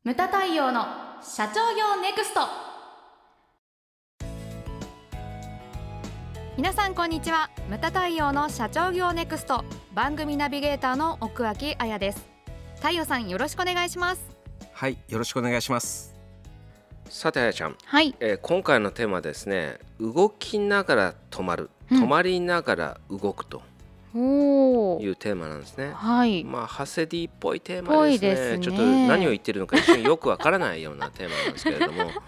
ムタ太陽の社長業ネクスト。皆さんこんにちは。ムタ太陽の社長業ネクスト番組ナビゲーターの奥脇彩です。太陽さん、よろしくお願いします。 はい、よろしくお願いします。さて、あやちゃん、 はい、 今回のテーマですね、動きながら止まる、止まりながら動くというテーマなんですね。 はい、 ハセディっぽいテーマですね。ちょっと何を言ってるのか一瞬よくわからないようなテーマなんですけれども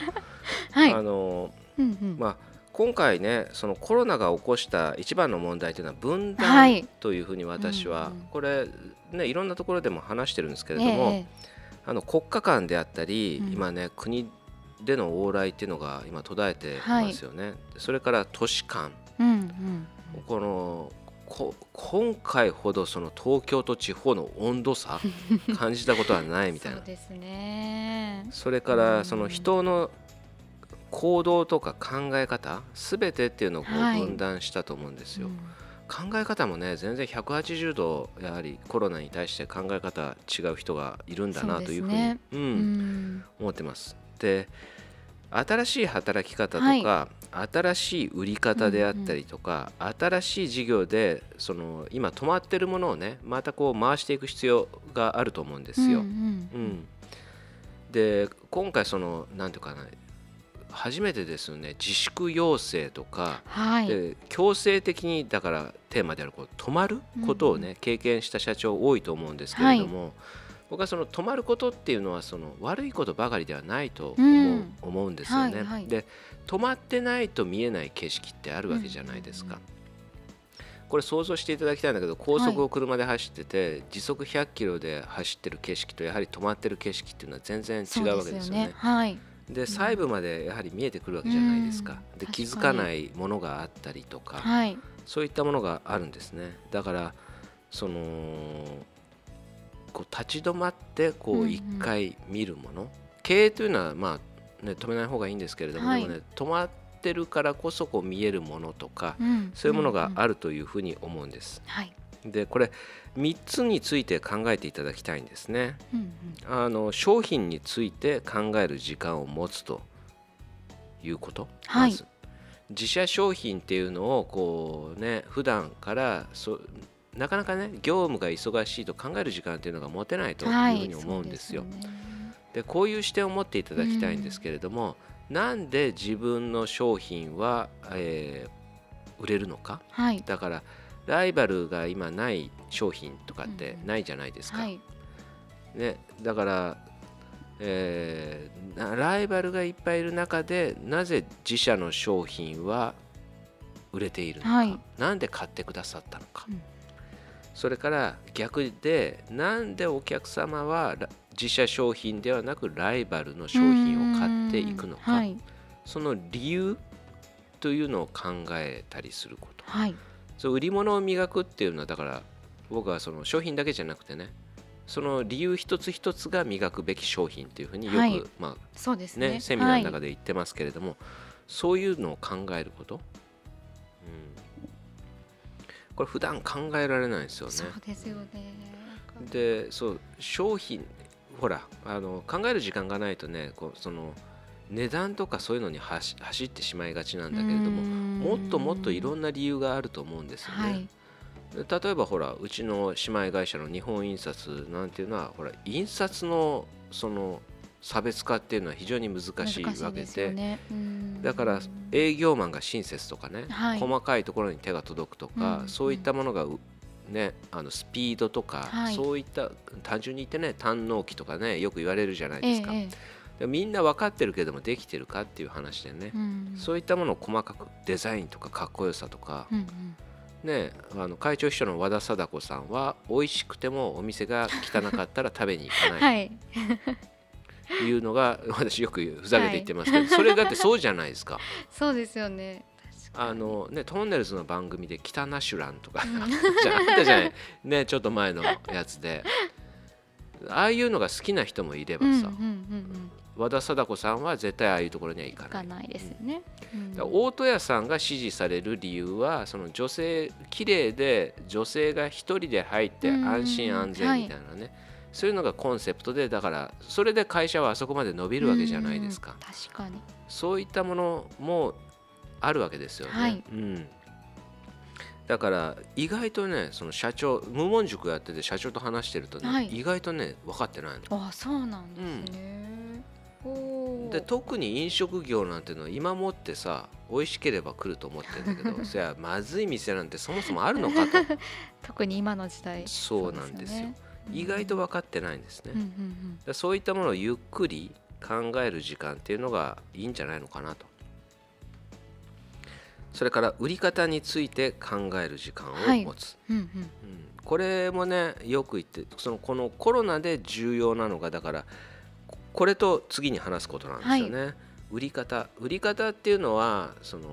はい、今回ね、そのコロナが起こした一番の問題というのは分断というふうに私は、これね、いろんなところでも話してるんですけれども、国家間であったり、今ね、国での往来っていうのが今途絶えてますよね。それから都市間、今回ほどその東京と地方の温度差感じたことはないみたいなそうですね。 それからその人の行動とか考え方全てっていうのを分断したと思うんですよ。考え方もね、全然180度やはりコロナに対して考え方違う人がいるんだなというふうに思ってます。で、新しい働き方とか、新しい売り方であったりとか、新しい事業でその今止まってるものをね、またこう回していく必要があると思うんですよ。で、今回そのなんていうかな、初めてですよね、自粛要請とか、で強制的にだからテーマである止まることをね、経験した社長多いと思うんですけれども、僕はその止まることっていうのはその悪いことばかりではないと思うんですよね。で、止まってないと見えない景色ってあるわけじゃないですか。これ想像していただきたいんだけど、高速を車で走ってて、時速100キロで走ってる景色とやはり止まってる景色っていうのは全然違うわけですよね。で、細部までやはり見えてくるわけじゃないですか。で、気づかないものがあったりとか、そういったものがあるんですね。だからその立ち止まって一回見るもの、経営というのは止めない方がいいんですけれども、でもね、止まってるからこそ見えるものとか、そういうものがあるというふうに思うんです。で、これ3つについて考えていただきたいんですね。商品について考える時間を持つということ、まず自社商品っていうのを普段からなかなかね、業務が忙しいと考える時間っていうのが持てないというふうに思うんですよ。で、こういう視点を持っていただきたいんですけれども、なんで自分の商品は、売れるのか、だからライバルが今ない商品とかってないじゃないですか。だから、ライバルがいっぱいいる中でなぜ自社の商品は売れているのか、なんで買ってくださったのか、それから逆でなんでお客様は自社商品ではなくライバルの商品を買っていくのか、その理由というのを考えたりすること、そう売り物を磨くっていうのは、だから僕はその商品だけじゃなくてね、その理由一つ一つが磨くべき商品っていうふうによく、セミナーの中で言ってますけれども、そういうのを考えること、これ普段考えられないですよね。 そうですよね。 で、そう商品ほら考える時間がないとね、その値段とかそういうのに走ってしまいがちなんだけれども、もっともっといろんな理由があると思うんですよね。例えばほら、うちの姉妹会社の日本印刷なんていうのは、ほら印刷のその差別化っていうのは非常に難しいわけで、だから営業マンが親切とかね、細かいところに手が届くとか、そういったものがね、スピードとか、そういった単純に言ってね、単納期とかね、よく言われるじゃないですか。みんな分かってるけどもできてるかっていう話でね、そういったものを細かくデザインとかかっこよさとか、会長秘書の和田貞子さんは、美味しくてもお店が汚かったら食べに行かないというのが私よくふざけて言ってますけど、それだってそうじゃないですか。 そうですよね。 トンネルズの番組で北ナシュランとかあったじゃないね、ちょっと前のやつで、ああいうのが好きな人もいればさ、和田貞子さんは絶対ああいうところには行かないですよね。大戸屋さんが支持される理由は、その女性綺麗で女性が一人で入って安心安全みたいなね、 そういうのがコンセプトで、だからそれで会社はあそこまで伸びるわけじゃないですか。 確かにそういったものもあるわけですよね、 はいだから意外とね、その社長、無門塾やってて社長と話してるとね、 はい意外とね分かってないの。 あ、そうなんですね、 で特に飲食業なんてのは今もってさ、美味しければ来ると思ってるんだけどそりゃまずい店なんてそもそもあるのかと特に今の時代そうなんですよ、意外と分かってないんですね、だそういったものをゆっくり考える時間っていうのがいいんじゃないのかなと。それから売り方について考える時間を持つ、これもねよく言って、このコロナで重要なのが、だからこれと次に話すことなんですよね、売り方っていうのはその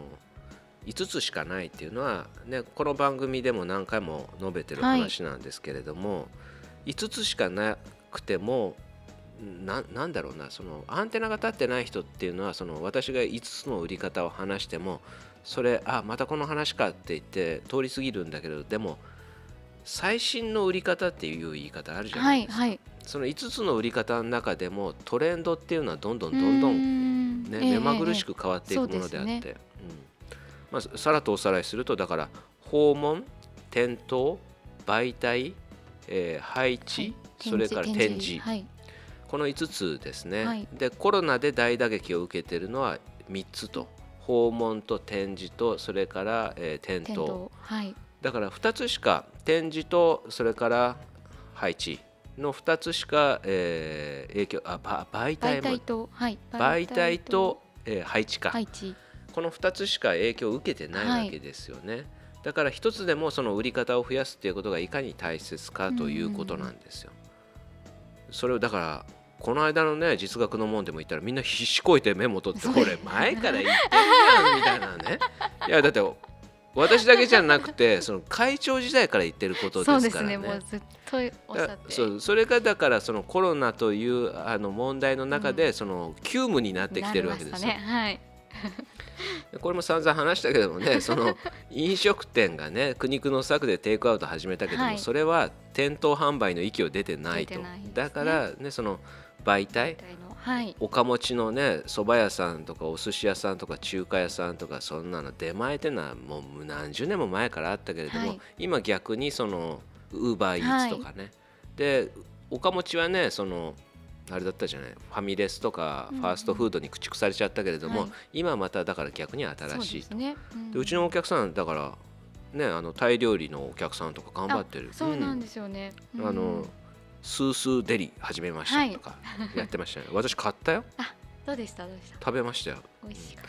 5つしかないっていうのは、ね、この番組でも何回も述べてる話なんですけれども、5つしかなくてもなんだろうな、そのアンテナが立ってない人っていうのは、その私が5つの売り方を話しても、それまたこの話かって言って通り過ぎるんだけど、でも最新の売り方っていう言い方あるじゃないですか、その5つの売り方の中でもトレンドっていうのはどんどん、ね、目まぐるしく変わっていくものであって、さらっとおさらいすると、だから訪問、店頭、媒体、配置、それから展示、この5つですね、でコロナで大打撃を受けているのは3つと、訪問と展示とそれから、店頭、だから2つしか、展示とそれから配置の2つしか、影響、媒体と、配置か、この2つしか影響を受けてないわけですよね、だから1つでもその売り方を増やすっていうことがいかに大切かということなんですよ。それをだからこの間のね実学の門でも言ったら、みんな必死こいてメモ取って、これ前から言ってるやんみたいなねいやだって私だけじゃなくて、その会長時代から言ってることですからね。 そうですね、もうずっとおっしゃって、 それがだからそのコロナという問題の中で、その急務になってきてるわけですよ、これも散々話したけどもね、その飲食店がね苦肉の策でテイクアウト始めたけども、それは店頭販売の域を出てないと、だからね、その媒体、おかもちのね蕎麦屋さんとかお寿司屋さんとか中華屋さんとか、そんなの出前ってのはもう何十年も前からあったけれども、今逆にそのウーバーイーツとかね、でおかもちはね、そのあれだったじゃない、ファミレスとかファーストフードに駆逐されちゃったけれども、今まただから逆に新しいと。でうちのお客さんだからね、タイ料理のお客さんとか頑張ってる。 そうなんですよね、 スースーデリ始めましたとかやってましたね、私買ったよ。 どうでした？ 食べましたよ。 美味しかった。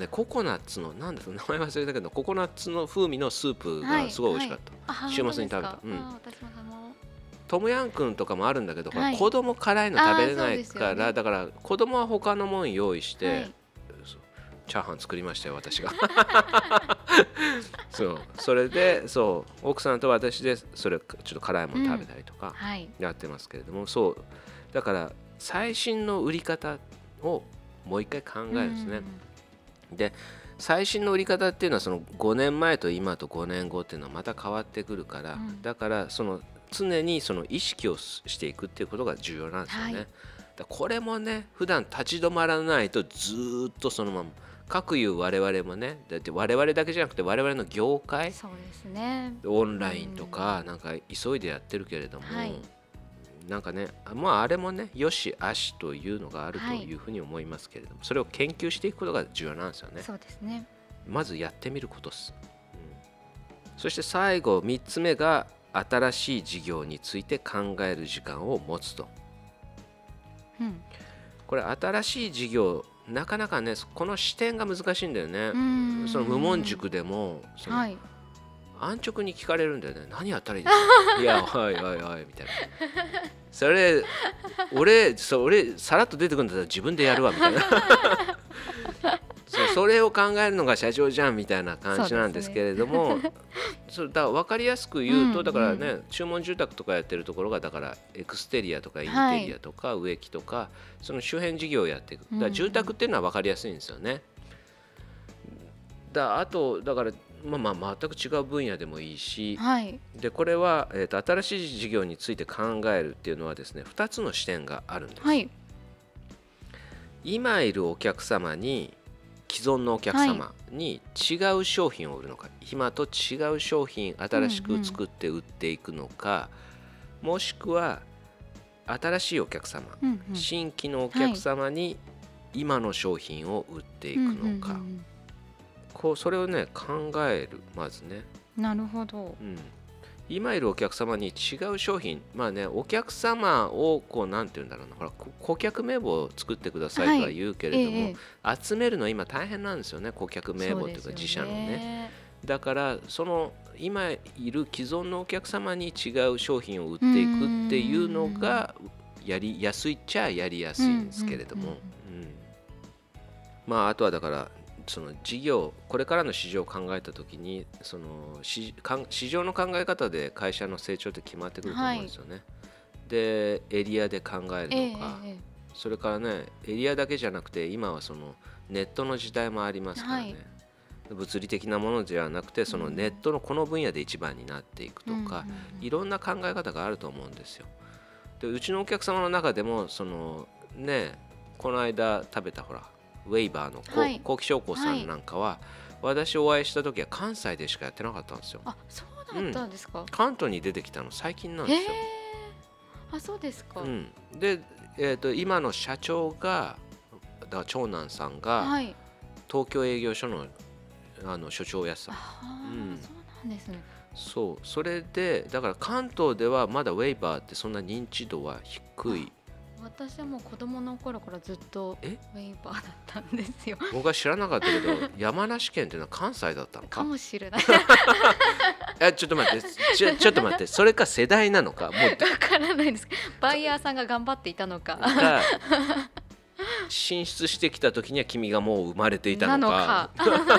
ココナッツのなんだろう、名前忘れたけど、ココナッツの風味のスープがすごい美味しかった、週末に食べた。トムヤンくんとかもあるんだけど、子供辛いの食べれないから、だから子供は他のもん用意して、チャーハン作りましたよ私がそれで奥さんと私でそれちょっと辛いもの食べたりとかやってますけれども、だから最新の売り方をもう一回考えるんですね、で最新の売り方っていうのはその5年前と今と5年後っていうのはまた変わってくるから、だからその常にその意識をしていくっていうことが重要なんですよね、これもね普段立ち止まらないとずっとそのまま、各いう我々もね、だって我々だけじゃなくて我々の業界、 そうですね、 オンラインとかなんか急いでやってるけれども、なんかね、あれもねよし悪しというのがあるというふうに思いますけれども、それを研究していくことが重要なんですよね。 そうですね、 まずやってみることです、そして最後3つ目が新しい事業について考える時間を持つと、これ新しい事業なかなかねこの視点が難しいんだよね。その無門塾でも安直に聞かれるんだよね。何やったらいいですかいやはいみたいな。それ俺さらっと出てくるんだったら自分でやるわみたいなそれを考えるのが社長じゃんみたいな感じなんですけれども、だから分かりやすく言うと、だからね注文住宅とかやってるところが、だからエクステリアとかインテリアとか植木とか、その周辺事業をやっていく。だから住宅っていうのは分かりやすいんですよね。あとだから全く違う分野でもいいし、 はい、 でこれは、新しい事業について考えるっていうのはですね、2つの視点があるんです、 はい、 今いるお客様に、既存のお客様に違う商品を売るのか、今と違う商品新しく作って売っていくのか、もしくは新しいお客様、新規のお客様に今の商品を売っていくのか、それをね考える、まずね。 なるほど、 今いるお客様に違う商品、お客様をなんて言うんだろうな、ほら顧客名簿を作ってくださいとは言うけれども、集めるのは今大変なんですよね、顧客名簿というか自社のね。だからその今いる既存のお客様に違う商品を売っていくっていうのがやりやすいっちゃやりやすいんですけれども、あとはだからその事業、これからの市場を考えたときに、その市場の考え方で会社の成長って決まってくると思うんですよね。でエリアで考えるのか、それからねエリアだけじゃなくて、今はそのネットの時代もありますからね、物理的なものではなくて、そのネットのこの分野で一番になっていくとか、いろんな考え方があると思うんですよ。でうちのお客様の中でもそのね、この間食べたほらウェイバーの幸喜商工さんなんかは、私お会いした時は関西でしかやってなかったんですよ。 あ、そうだったんですか。 関東に出てきたの最近なんですよ。 あ、そうですか。 で、今の社長が、だから長男さんが、東京営業所の所長をやってた。 そうなんですね。 そう、それでだから関東ではまだウェイバーってそんな認知度は低い。 私はもう子供の頃からずっとウェイバーだったんですよ。 僕は知らなかったけど山梨県っていうのは関西だったのか。 かもしれないちょっと待ってちょっと待って、それか世代なのか、もうわからないです。バイヤーさんが頑張っていたのか進出してきた時には君がもう生まれていたのか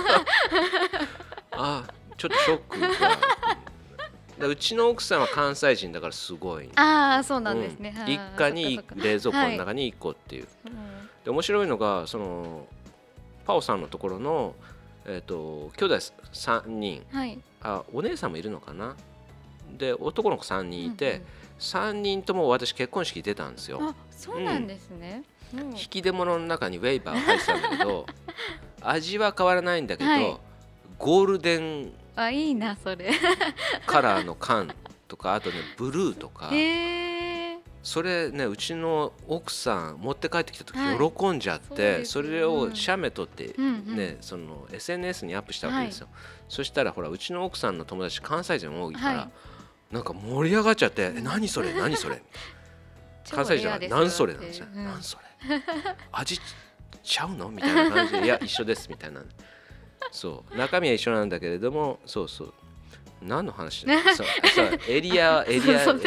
ちょっとショックがうちの奥さんは関西人だからすごい。 そうなんですね。 一家に冷蔵庫の中に1個っていう、で面白いのがそのパオさんのところの、兄弟3人、お姉さんもいるのかな。で男の子3人いて、3人とも私結婚式出たんですよ。 そうなんですね。 引き出物の中にウェイバー入ってたんだけど味は変わらないんだけど、ゴールデンいいなそれカラーの缶とか、あとねブルーとか、それねうちの奥さん持って帰ってきた時喜んじゃって、それを写メ撮ってね、その SNS にアップしたわけですよ。そしたらほらうちの奥さんの友達関西人多いから、なんか盛り上がっちゃって「何それ何それ」関西人は「何それ」なんですよ。何それ味ちゃうのみたいな感じで「いや一緒です」みたいな。そう中身は一緒なんだけれども、そう何の話だそうエリアね、そうなん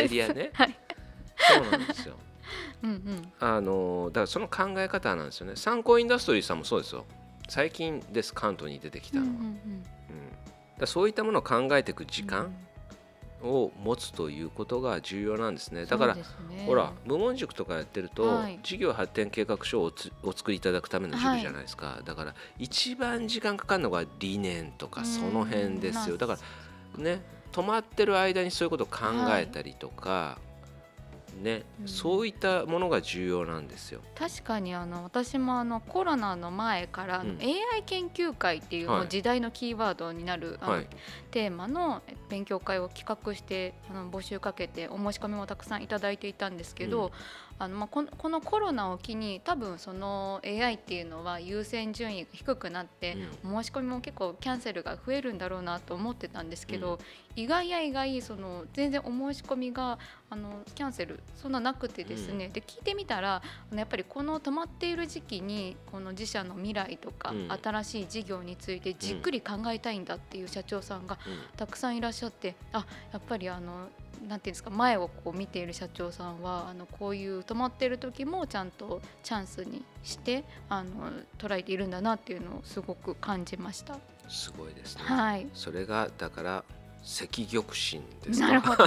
ですよ。だからその考え方なんですよね。参考インダストリーさんもそうですよ。最近です関東に出てきたのは。だそういったものを考えていく時間を持つということが重要なんですね。だから、ほら無門塾とかやってると、事業発展計画書をお作りいただくための塾じゃないですか。だから一番時間かかるのが理念とかその辺ですよ。だからね、止まってる間にそういうことを考えたりとか、そういったものが重要なんですよ。 確かに私もコロナの前から、AI 研究会っていうの時代のキーワードになるテーマの勉強会を企画して募集かけてお申し込みもたくさんいただいていたんですけど、このコロナを機に多分その AI っていうのは優先順位が低くなって、申し込みも結構キャンセルが増えるんだろうなと思ってたんですけど、意外や意外その全然お申し込みがキャンセルそんななくてですね、で聞いてみたらやっぱりこの止まっている時期にこの自社の未来とか、新しい事業についてじっくり考えたいんだっていう社長さんがたくさんいらっしゃって、やっぱりなんていうんですか、前をこう見ている社長さんはこういう止まっている時もちゃんとチャンスにして捉えているんだなっていうのをすごく感じました。 すごいですね。それがだから積極心ですか。 なるほど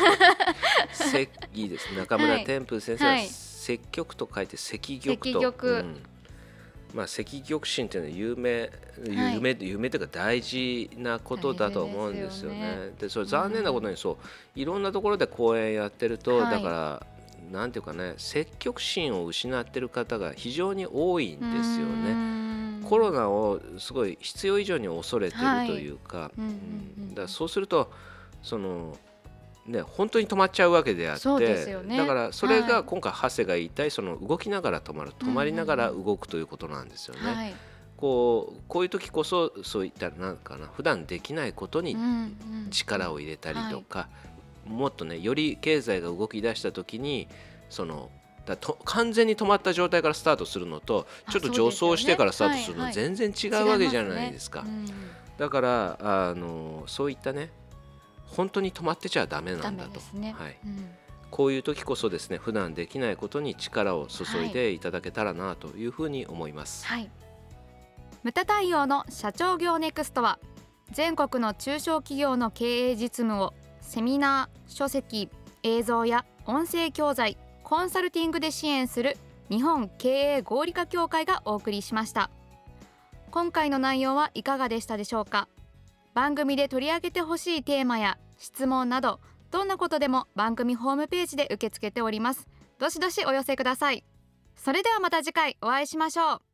いいです。中村天風先生は積極と書いて積極と、 積極心っていうのは夢というか大事なことだと思うんですよね。でそれ残念なことにいろんなところで講演やってると、だからなんていうかね、積極心を失ってる方が非常に多いんですよね。コロナをすごい必要以上に恐れてるというか、だからそうすると本当に止まっちゃうわけであって、だからそれが今回長谷が言いたい動きながら止まりながら動くということなんですよね。こういう時こそそういった普段できないことに力を入れたりとか、もっとねより経済が動き出した時に完全に止まった状態からスタートするのとちょっと助走してからスタートするの全然違うわけじゃないですか。だからそういったね本当に止まってちゃダメなんだと、こういう時こそですね普段できないことに力を注いでいただけたらなというふうに思います。 ムタ太陽の社長業ネクストは全国の中小企業の経営実務をセミナー、書籍、映像や音声教材、コンサルティングで支援する日本経営合理化協会がお送りしました。今回の内容はいかがでしたでしょうか。番組で取り上げてほしいテーマや質問などどんなことでも番組ホームページで受け付けております。どしどしお寄せください。それではまた次回お会いしましょう。